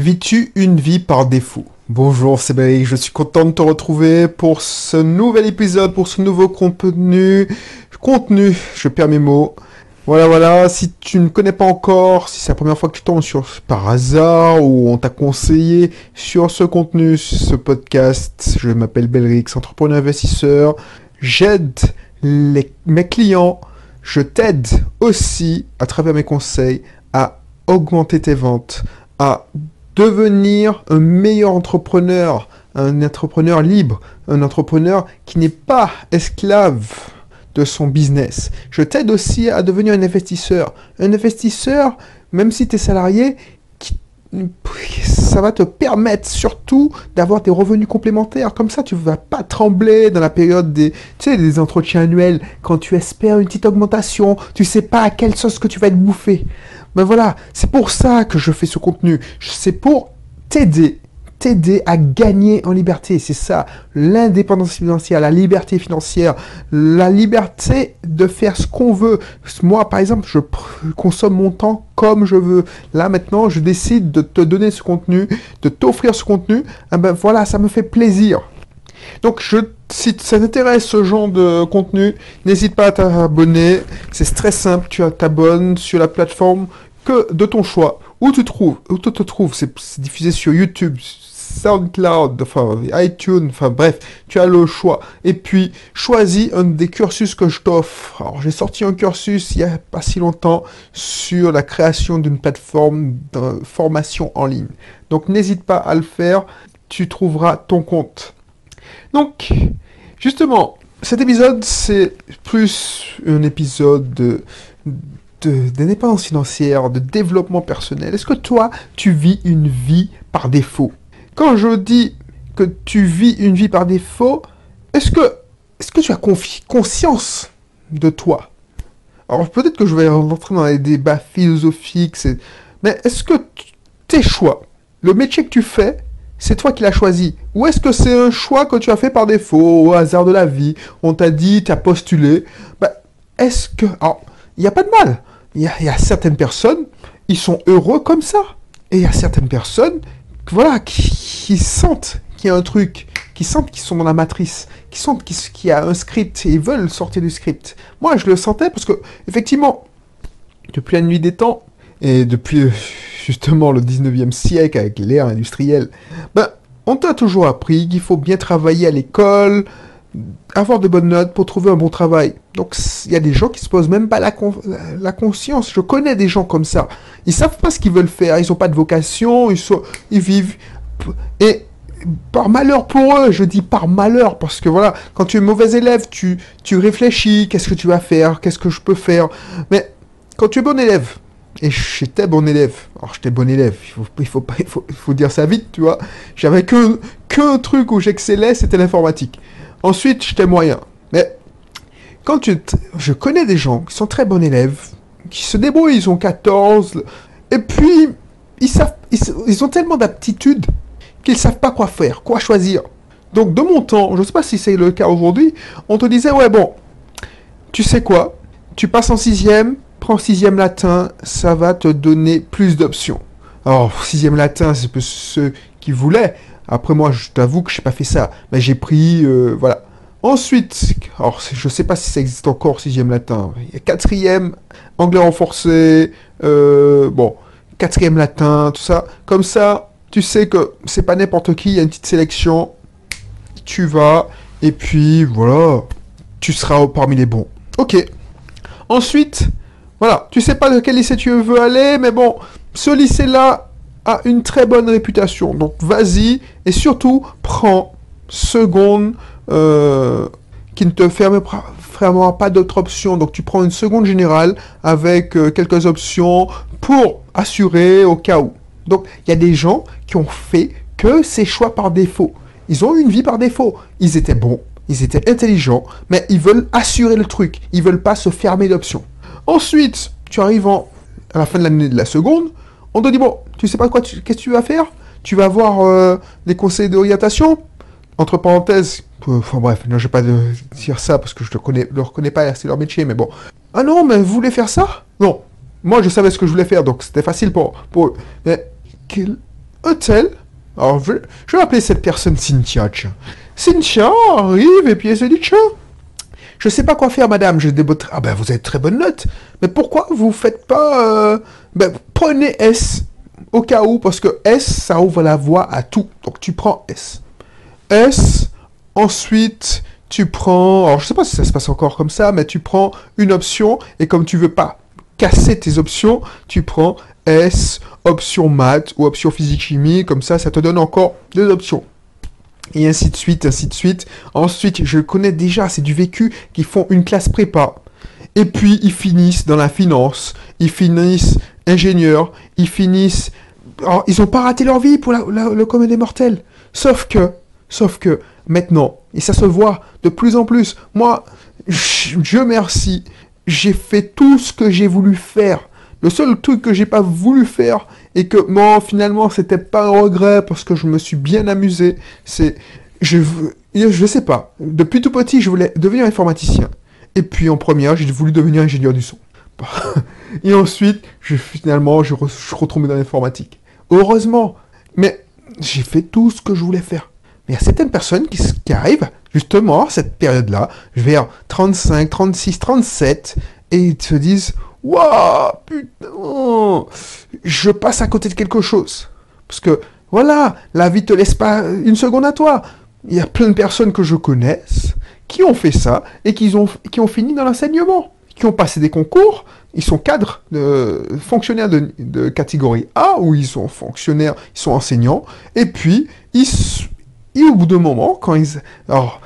Vis-tu une vie par défaut? Bonjour, c'est Brick, je suis content de te retrouver pour ce nouvel épisode, pour ce nouveau contenu, je perds mes mots. Voilà, si tu ne connais pas encore, si c'est la première fois que tu tombes par hasard ou on t'a conseillé sur ce contenu, ce podcast, je m'appelle Belrix, entrepreneur investisseur, j'aide mes clients, je t'aide aussi à travers mes conseils à augmenter tes ventes, à devenir un meilleur entrepreneur, un entrepreneur libre, un entrepreneur qui n'est pas esclave de son business. Je t'aide aussi à devenir un investisseur. Un investisseur, même si tu es salarié, ça va te permettre surtout d'avoir des revenus complémentaires. Comme ça, tu ne vas pas trembler dans la période des entretiens annuels, quand tu espères une petite augmentation, tu ne sais pas à quelle sauce que tu vas être bouffé. Ben voilà, c'est pour ça que je fais ce contenu. C'est pour t'aider à gagner en liberté. C'est ça, l'indépendance financière, la liberté financière, la liberté de faire ce qu'on veut. Moi, par exemple, je consomme mon temps comme je veux. Là, maintenant, je décide de te donner ce contenu, de t'offrir ce contenu. Eh ben voilà, ça me fait plaisir. Donc, si ça t'intéresse ce genre de contenu, n'hésite pas à t'abonner. C'est très simple, tu t'abonnes sur la plateforme de ton choix. Où tu te trouves, c'est diffusé sur YouTube, SoundCloud, enfin iTunes, enfin bref, tu as le choix. Et puis, choisis un des cursus que je t'offre. Alors, j'ai sorti un cursus il n'y a pas si longtemps sur la création d'une plateforme de formation en ligne. Donc, n'hésite pas à le faire, tu trouveras ton compte. Donc, justement, cet épisode, c'est plus un épisode d'indépendance financière, de développement personnel. Est-ce que toi, tu vis une vie par défaut? Quand je dis que tu vis une vie par défaut, est-ce que tu as conscience de toi? Alors peut-être que je vais rentrer dans les débats philosophiques, mais est-ce que tes choix, le métier que tu fais, c'est toi qui l'as choisi? Ou est-ce que c'est un choix que tu as fait par défaut, au hasard de la vie? On t'a dit, tu as postulé. Est-ce que... Alors, il n'y a pas de mal. Il y a certaines personnes, ils sont heureux comme ça. Et il y a certaines personnes, voilà, qui sentent qu'il y a un truc, qui sentent qu'ils sont dans la matrice, qui sentent qu'il y a un script et ils veulent sortir du script. Moi, je le sentais parce que, effectivement, depuis la nuit des temps, et depuis justement le 19e siècle avec l'ère industrielle, on t'a toujours appris qu'il faut bien travailler à l'école, avoir de bonnes notes pour trouver un bon travail. Donc, il y a des gens qui se posent même pas la conscience. Je connais des gens comme ça. Ils savent pas ce qu'ils veulent faire. Ils ont pas de vocation. Ils vivent. Et par malheur pour eux, je dis par malheur, parce que voilà, quand tu es mauvais élève, tu réfléchis, qu'est-ce que tu vas faire, qu'est-ce que je peux faire. Mais quand tu es bon élève, et j'étais bon élève. Alors j'étais bon élève, il faut dire ça vite, tu vois. J'avais qu'un truc où j'excellais, c'était l'informatique. Ensuite, j'étais moyen. Mais je connais des gens qui sont très bons élèves, qui se débrouillent, ils ont 14, et puis ils ont tellement d'aptitudes qu'ils savent pas quoi faire, quoi choisir. Donc de mon temps, je sais pas si c'est le cas aujourd'hui, on te disait, ouais bon, tu sais quoi, tu passes en 6e, prends 6e latin, ça va te donner plus d'options. Alors, 6e latin, c'est pour ceux qui voulaient. Après, moi, je t'avoue que je n'ai pas fait ça. Mais j'ai pris, voilà. Ensuite, alors, je ne sais pas si ça existe encore, 6e latin. Il y a 4e, anglais renforcé, 4e latin, tout ça. Comme ça, tu sais que c'est pas n'importe qui, il y a une petite sélection. Tu vas, et puis, voilà, tu seras parmi les bons. Ok. Ensuite, voilà, tu sais pas de quel lycée tu veux aller, mais bon, ce lycée-là a une très bonne réputation. Donc vas-y, et surtout, prends seconde qui ne te fermera pas d'autres options. Donc tu prends une seconde générale avec quelques options pour assurer au cas où. Donc il y a des gens qui ont fait que ces choix par défaut. Ils ont eu une vie par défaut. Ils étaient bons, ils étaient intelligents, mais ils veulent assurer le truc. Ils veulent pas se fermer d'options. Ensuite, tu arrives à la fin de l'année de la seconde, on te dit, bon, tu sais pas qu'est-ce que tu vas faire? Tu vas voir les conseils d'orientation, entre parenthèses, enfin bref, non, je vais pas dire ça parce que je ne reconnais pas, c'est leur métier, mais bon. Ah non, mais vous voulez faire ça? Non. Moi, je savais ce que je voulais faire, donc c'était facile pour eux. Mais hôtel. Alors, je vais appeler cette personne Cynthia, tiens. Cynthia arrive et puis elle se dit, tiens, je sais pas quoi faire, madame. Je débote. Ah ben, vous avez de très bonnes notes. Mais pourquoi vous faites pas... Ben, prenez S. Au cas où, parce que S, ça ouvre la voie à tout. Donc, tu prends S. S, ensuite, tu prends... Alors, je sais pas si ça se passe encore comme ça, mais tu prends une option, et comme tu veux pas casser tes options, tu prends S, option maths ou option physique-chimie, comme ça te donne encore deux options. Et ainsi de suite, ainsi de suite. Ensuite, je connais déjà, c'est du vécu, qui font une classe prépa. Et puis, ils finissent dans la finance, ils finissent ingénieurs, ils finissent... Alors, ils n'ont pas raté leur vie pour le commun des mortels. Sauf que, maintenant, et ça se voit de plus en plus, moi, Dieu merci, j'ai fait tout ce que j'ai voulu faire. Le seul truc que j'ai pas voulu faire, et que, bon, finalement, c'était pas un regret, parce que je me suis bien amusé, c'est... Je sais pas. Depuis tout petit, je voulais devenir informaticien. Et puis, en première, j'ai voulu devenir ingénieur du son. Et ensuite, finalement, je suis retombé dans l'informatique. Heureusement. Mais j'ai fait tout ce que je voulais faire. Mais il y a certaines personnes qui arrivent, justement, à cette période-là, vers 35, 36, 37, et ils se disent, waouh, putain, oh, je passe à côté de quelque chose. Parce que, voilà, la vie te laisse pas une seconde à toi. Il y a plein de personnes que je connaisse qui ont fait ça et qui ont fini dans l'enseignement, qui ont passé des concours. Ils sont cadres, fonctionnaires de catégorie A, où ils sont fonctionnaires, ils sont enseignants, et puis, et au bout d'un moment, quand ils... Alors,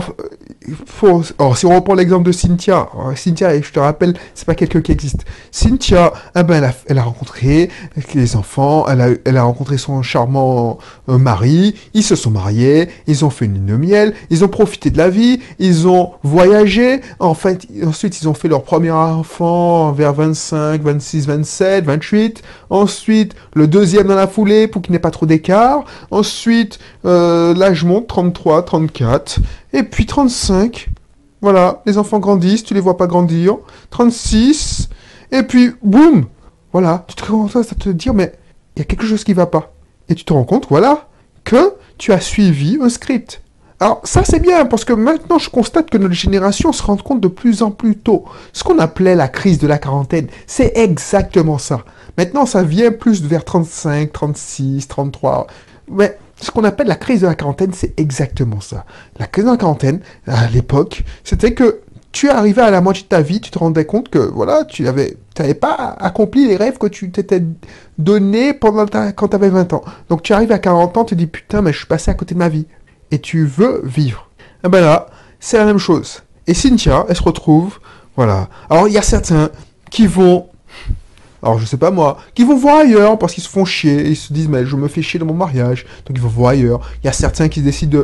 si on reprend l'exemple de Cynthia, Cynthia, je te rappelle, c'est pas quelqu'un qui existe. Cynthia, eh ben, elle a rencontré les enfants, elle a rencontré son charmant mari, ils se sont mariés, ils ont fait une lune de miel, ils ont profité de la vie, ils ont voyagé, en fait, ensuite ils ont fait leur premier enfant vers 25, 26, 27, 28, ensuite le deuxième dans la foulée pour qu'il n'y ait pas trop d'écart, ensuite l'âge monte, 33, 34, et puis 35, voilà, les enfants grandissent, tu les vois pas grandir, 36, et puis boum, voilà, tu te commences à te dire, mais il y a quelque chose qui va pas. Et tu te rends compte, voilà, que tu as suivi un script. Alors ça c'est bien, parce que maintenant je constate que notre génération se rend compte de plus en plus tôt. Ce qu'on appelait la crise de la quarantaine, c'est exactement ça. Maintenant ça vient plus vers 35, 36, 33, mais... Ce qu'on appelle la crise de la quarantaine, c'est exactement ça. La crise de la quarantaine, à l'époque, c'était que tu arrivais à la moitié de ta vie, tu te rendais compte que voilà, tu n'avais pas accompli les rêves que tu t'étais donné quand tu avais 20 ans. Donc tu arrives à 40 ans, tu te dis putain, mais je suis passé à côté de ma vie. Et tu veux vivre. Et ben là, c'est la même chose. Et Cynthia, elle se retrouve, voilà. Alors il y a certains qui vont... Alors, je sais pas moi, qui vont voir ailleurs parce qu'ils se font chier, et ils se disent, mais je me fais chier dans mon mariage, donc ils vont voir ailleurs. Il y a certains qui décident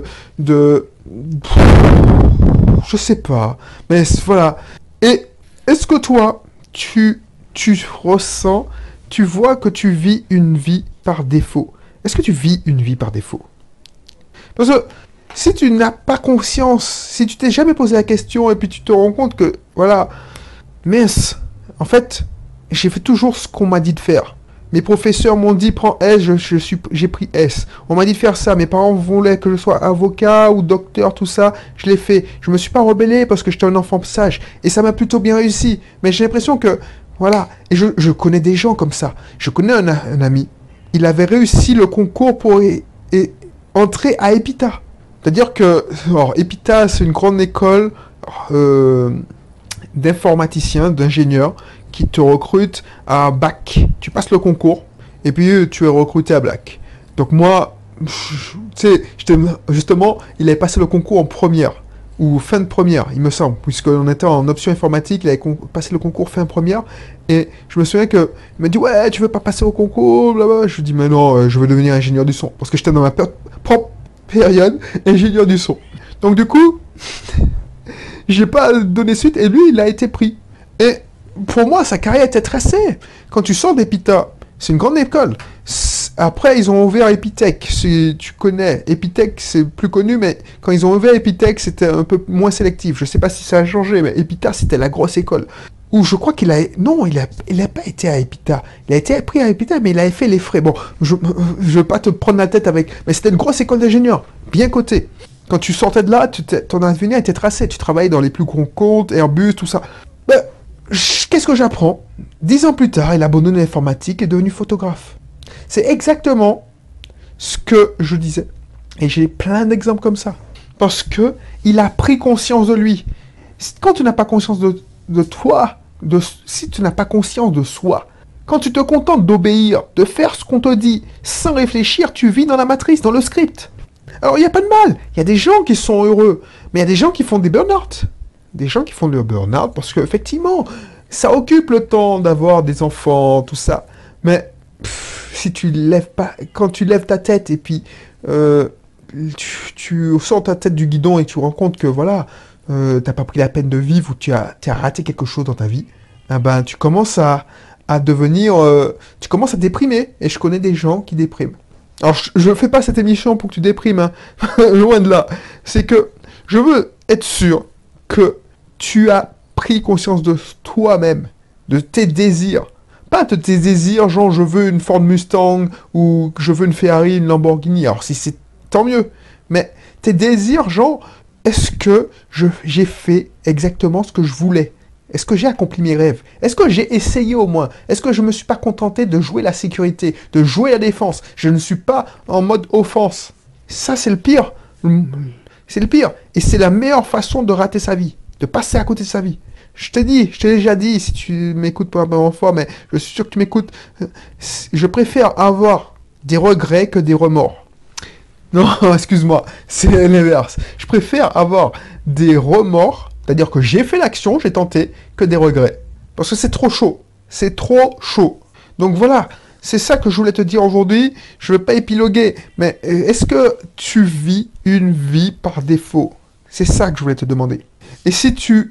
je sais pas, mais voilà. Et est-ce que toi, tu ressens, tu vois que tu vis une vie par défaut? Est-ce que tu vis une vie par défaut? Parce que si tu n'as pas conscience, si tu t'es jamais posé la question et puis tu te rends compte que, voilà, mince, en fait... J'ai fait toujours ce qu'on m'a dit de faire. Mes professeurs m'ont dit prends S, j'ai pris S. On m'a dit de faire ça. Mes parents voulaient que je sois avocat ou docteur, tout ça. Je l'ai fait. Je me suis pas rebellé parce que j'étais un enfant sage. Et ça m'a plutôt bien réussi. Mais j'ai l'impression que, voilà. Et je connais des gens comme ça. Je connais un ami. Il avait réussi le concours pour entrer à EPITA. C'est-à-dire que, EPITA, c'est une grande école d'informaticiens, d'ingénieurs, qui te recrute à bac. Tu passes le concours, et puis tu es recruté à bac. Donc moi, tu sais, justement, il avait passé le concours en première, ou fin de première, il me semble, puisqu'on était en option informatique, il avait passé le concours fin première, et je me souviens qu'il m'a dit, ouais, tu veux pas passer au concours, blablabla. Je lui dis, mais non, je veux devenir ingénieur du son, parce que j'étais dans ma propre période ingénieur du son. Donc du coup, j'ai pas donné suite, et lui, il a été pris. Et pour moi, sa carrière était tracée. Quand tu sors d'EPITA, c'est une grande école. Après, ils ont ouvert Epitech. Si tu connais, Epitech, c'est plus connu, mais quand ils ont ouvert Epitech, c'était un peu moins sélectif. Je sais pas si ça a changé, mais EPITA, c'était la grosse école. Ou je crois qu'il a... Non, il a pas été à Epita. Il a été pris à Epita, mais il avait fait les frais. Bon, je veux pas te prendre la tête avec... Mais c'était une grosse école d'ingénieur, bien cotée. Quand tu sortais de là, ton avenir était tracé. Tu travaillais dans les plus gros comptes, Airbus, tout ça. Ben, qu'est-ce que j'apprends? 10 ans plus tard, il a abandonné l'informatique et est devenu photographe. C'est exactement ce que je disais. Et j'ai plein d'exemples comme ça. Parce que il a pris conscience de lui. Quand tu n'as pas conscience de toi, si tu n'as pas conscience de soi, quand tu te contentes d'obéir, de faire ce qu'on te dit, sans réfléchir, tu vis dans la matrice, dans le script. Alors, il n'y a pas de mal. Il y a des gens qui sont heureux. Mais il y a des gens qui font des burn-out. Des gens qui font le burn-out parce qu'effectivement, ça occupe le temps d'avoir des enfants, tout ça. Mais si tu lèves pas... Quand tu lèves ta tête et puis... tu sors ta tête du guidon et tu rends compte que, voilà... t'as pas pris la peine de vivre ou tu as raté quelque chose dans ta vie, eh ben, tu commences à devenir... tu commences à déprimer. Et je connais des gens qui dépriment. Alors, je fais pas cette émission pour que tu déprimes, hein. Loin de là. C'est que je veux être sûr que tu as pris conscience de toi-même, de tes désirs. Pas de tes désirs, genre je veux une Ford Mustang ou je veux une Ferrari, une Lamborghini. Alors si c'est tant mieux. Mais tes désirs, genre... Est-ce que j'ai fait exactement ce que je voulais? Est-ce que j'ai accompli mes rêves? Est-ce que j'ai essayé au moins? Est-ce que je ne me suis pas contenté de jouer la sécurité, de jouer la défense? Je ne suis pas en mode offense. Ça, c'est le pire. C'est le pire. Et c'est la meilleure façon de rater sa vie, de passer à côté de sa vie. Je t'ai déjà dit, si tu m'écoutes pour la première fois, mais je suis sûr que tu m'écoutes, je préfère avoir des regrets que des remords. Non, excuse-moi, c'est l'inverse. Je préfère avoir des remords, c'est-à-dire que j'ai fait l'action, j'ai tenté, que des regrets. Parce que c'est trop chaud. C'est trop chaud. Donc voilà, c'est ça que je voulais te dire aujourd'hui. Je ne veux pas épiloguer, mais est-ce que tu vis une vie par défaut? C'est ça que je voulais te demander. Et si tu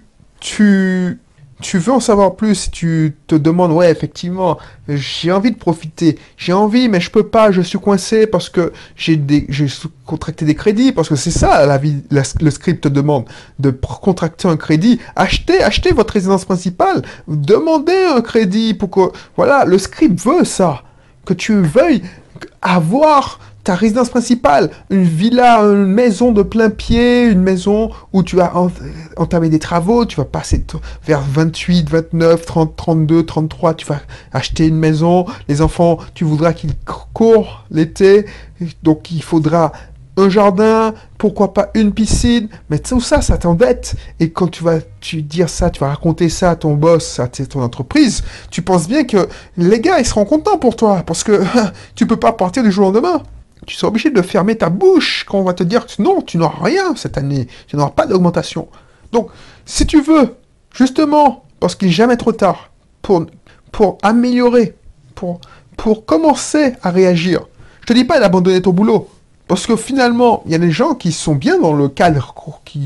veux en savoir plus, si tu te demandes, ouais, effectivement, j'ai envie de profiter, j'ai envie, mais je peux pas, je suis coincé parce que j'ai contracté des crédits, parce que c'est ça, le script te demande, de contracter un crédit, achetez votre résidence principale, demandez un crédit pour que, voilà, le script veut ça, que tu veuilles avoir ta résidence principale, une villa, une maison de plein pied, une maison où tu vas entamer des travaux, tu vas passer vers 28, 29, 30, 32, 33, tu vas acheter une maison, les enfants, tu voudras qu'ils courent l'été, donc il faudra un jardin, pourquoi pas une piscine, mais tout ça, ça t'embête. Et quand tu vas dire ça, tu vas raconter ça à ton boss, à ton entreprise, tu penses bien que les gars, ils seront contents pour toi, parce que tu peux pas partir du jour au lendemain. Tu seras obligé de fermer ta bouche quand on va te dire que non, tu n'auras rien cette année, tu n'auras pas d'augmentation. Donc, si tu veux, justement, parce qu'il n'est jamais trop tard, pour améliorer, pour commencer à réagir, je te dis pas d'abandonner ton boulot, parce que finalement, il y a des gens qui sont bien dans le cadre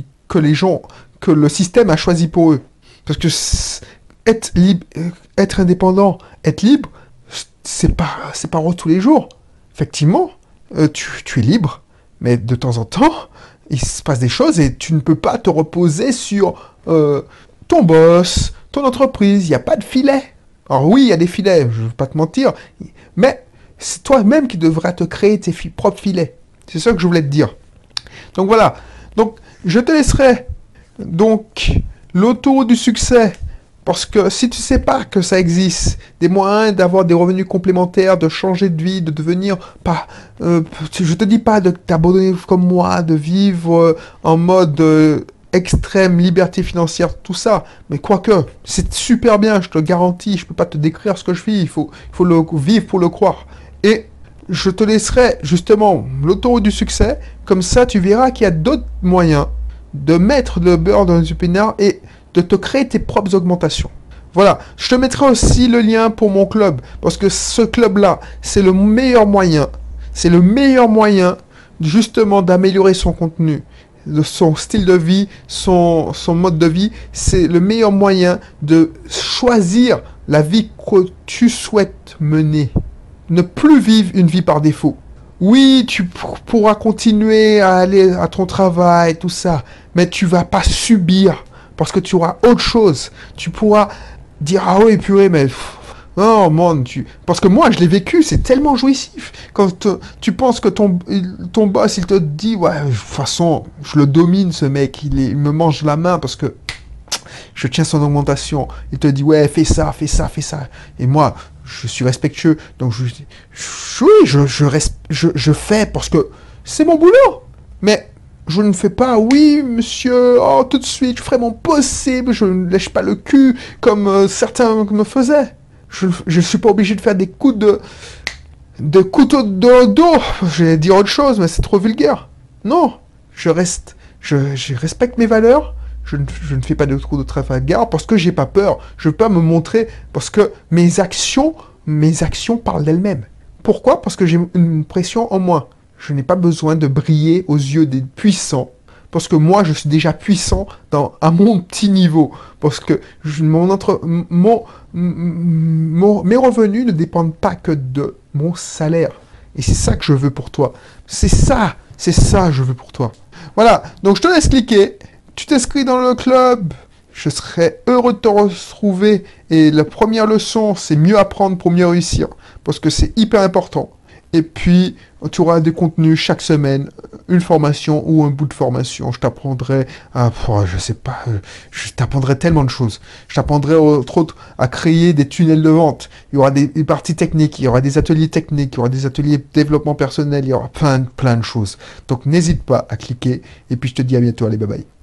que le système a choisi pour eux. Parce que être libre, être indépendant, être libre, c'est pas rose tous les jours. Effectivement, tu es libre, mais de temps en temps, il se passe des choses et tu ne peux pas te reposer sur ton boss, ton entreprise. Il n'y a pas de filet. Alors oui, il y a des filets, je ne veux pas te mentir, mais c'est toi-même qui devras te créer tes propres filets. C'est ça que je voulais te dire. Donc voilà. Donc, je te laisserai donc l'autoroute du succès. Parce que si tu sais pas que ça existe, des moyens d'avoir des revenus complémentaires, de changer de vie, de devenir pas... je te dis pas de t'abandonner comme moi, de vivre en mode extrême liberté financière, tout ça. Mais quoique, c'est super bien, je te le garantis. Je peux pas te décrire ce que je vis. Il faut le vivre pour le croire. Et je te laisserai justement l'autoroute du succès. Comme ça, tu verras qu'il y a d'autres moyens de mettre le beurre dans les épinards et de te créer tes propres augmentations. Voilà, je te mettrai aussi le lien pour mon club, parce que ce club-là, c'est le meilleur moyen, justement d'améliorer son contenu, son style de vie, son mode de vie, c'est le meilleur moyen de choisir la vie que tu souhaites mener. Ne plus vivre une vie par défaut. Oui, tu pourras continuer à aller à ton travail, tout ça, mais tu vas pas subir. Parce que tu auras autre chose. Tu pourras dire ah oui purée mais oh man parce que moi je l'ai vécu, c'est tellement jouissif quand tu penses que ton boss il te dit ouais de toute façon je le domine ce mec, il me mange la main parce que je tiens son augmentation, il te dit ouais fais ça fais ça fais ça et moi je suis respectueux donc oui je fais parce que c'est mon boulot mais je ne fais pas, oui, monsieur, oh, tout de suite, je ferai mon possible, je ne lèche pas le cul comme certains me faisaient. Je ne suis pas obligé de faire des coups de couteau de dos. J'allais dire autre chose, mais c'est trop vulgaire. Non, je respecte mes valeurs, je ne fais pas de coups de Trafalgar parce que j'ai pas peur. Je ne veux pas me montrer parce que mes actions parlent d'elles-mêmes. Pourquoi? Parce que j'ai une pression en moi. Je n'ai pas besoin de briller aux yeux des puissants. Parce que moi, je suis déjà puissant à mon petit niveau. Parce que mes revenus ne dépendent pas que de mon salaire. Et c'est ça que je veux pour toi. C'est ça que je veux pour toi. Voilà, donc je te laisse cliquer. Tu t'inscris dans le club. Je serai heureux de te retrouver. Et la première leçon, c'est mieux apprendre pour mieux réussir. Parce que c'est hyper important. Et puis, tu auras des contenus chaque semaine, une formation ou un bout de formation. Je t'apprendrai je sais pas, je t'apprendrai tellement de choses. Je t'apprendrai entre autres à créer des tunnels de vente. Il y aura des parties techniques, il y aura des ateliers techniques, il y aura des ateliers de développement personnel, il y aura plein de choses. Donc n'hésite pas à cliquer et puis je te dis à bientôt, allez bye bye.